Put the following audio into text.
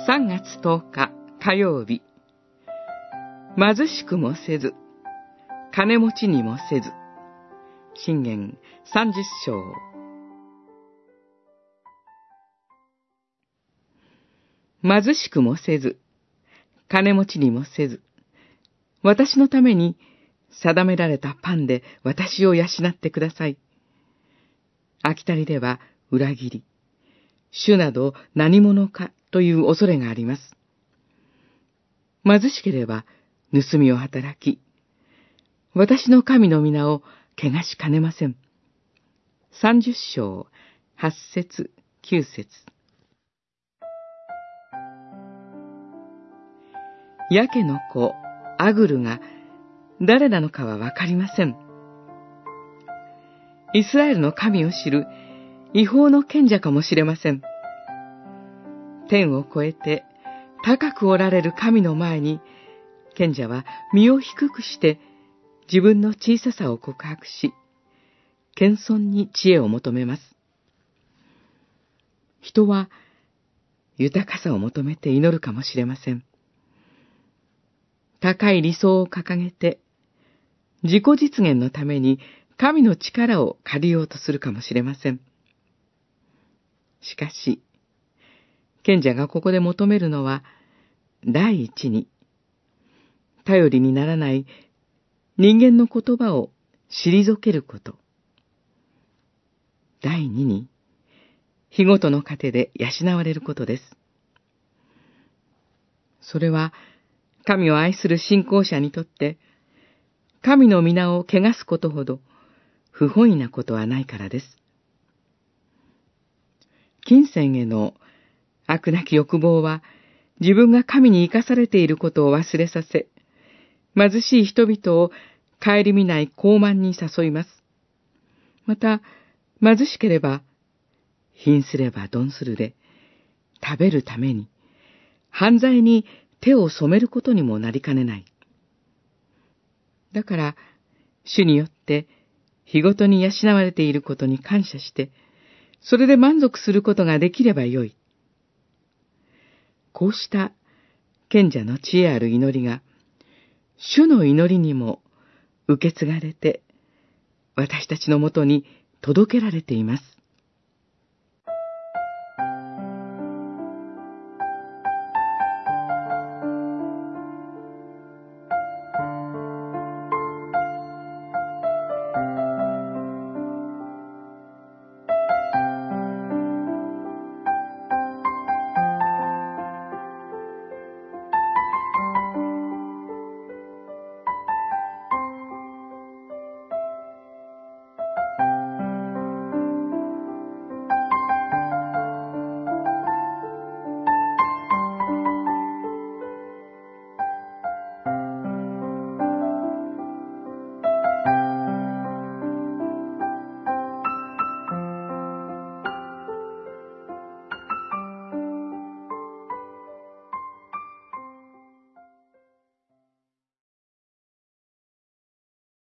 3月10日火曜日。貧しくもせず、金持ちにもせず。箴言30章。貧しくもせず、金持ちにもせず、私のために定められたパンで私を養ってください。飽きたりでは裏切り、主など何者かという恐れがあります。貧しければ盗みを働き、私の神の皆を汚しかねません。30章8節9節。ヤケの子アグルが誰なのかはわかりません。イスラエルの神を知る違法の賢者かもしれません。天を越えて高くおられる神の前に、賢者は身を低くして自分の小ささを告白し、謙遜に知恵を求めます。人は豊かさを求めて祈るかもしれません。高い理想を掲げて、自己実現のために神の力を借りようとするかもしれません。しかし、賢者がここで求めるのは、第一に、頼りにならない人間の言葉を退けること。第二に、日ごとの糧で養われることです。それは、神を愛する信仰者にとって、神の皆を汚すことほど不本意なことはないからです。金銭への悪なき欲望は、自分が神に生かされていることを忘れさせ、貧しい人々を顧みない傲慢に誘います。また、貧しければ、貧すれば鈍するで、食べるために、犯罪に手を染めることにもなりかねない。だから、主によって日ごとに養われていることに感謝して、それで満足することができればよい。こうした賢者の知恵ある祈りが、主の祈りにも受け継がれて、私たちのもとに届けられています。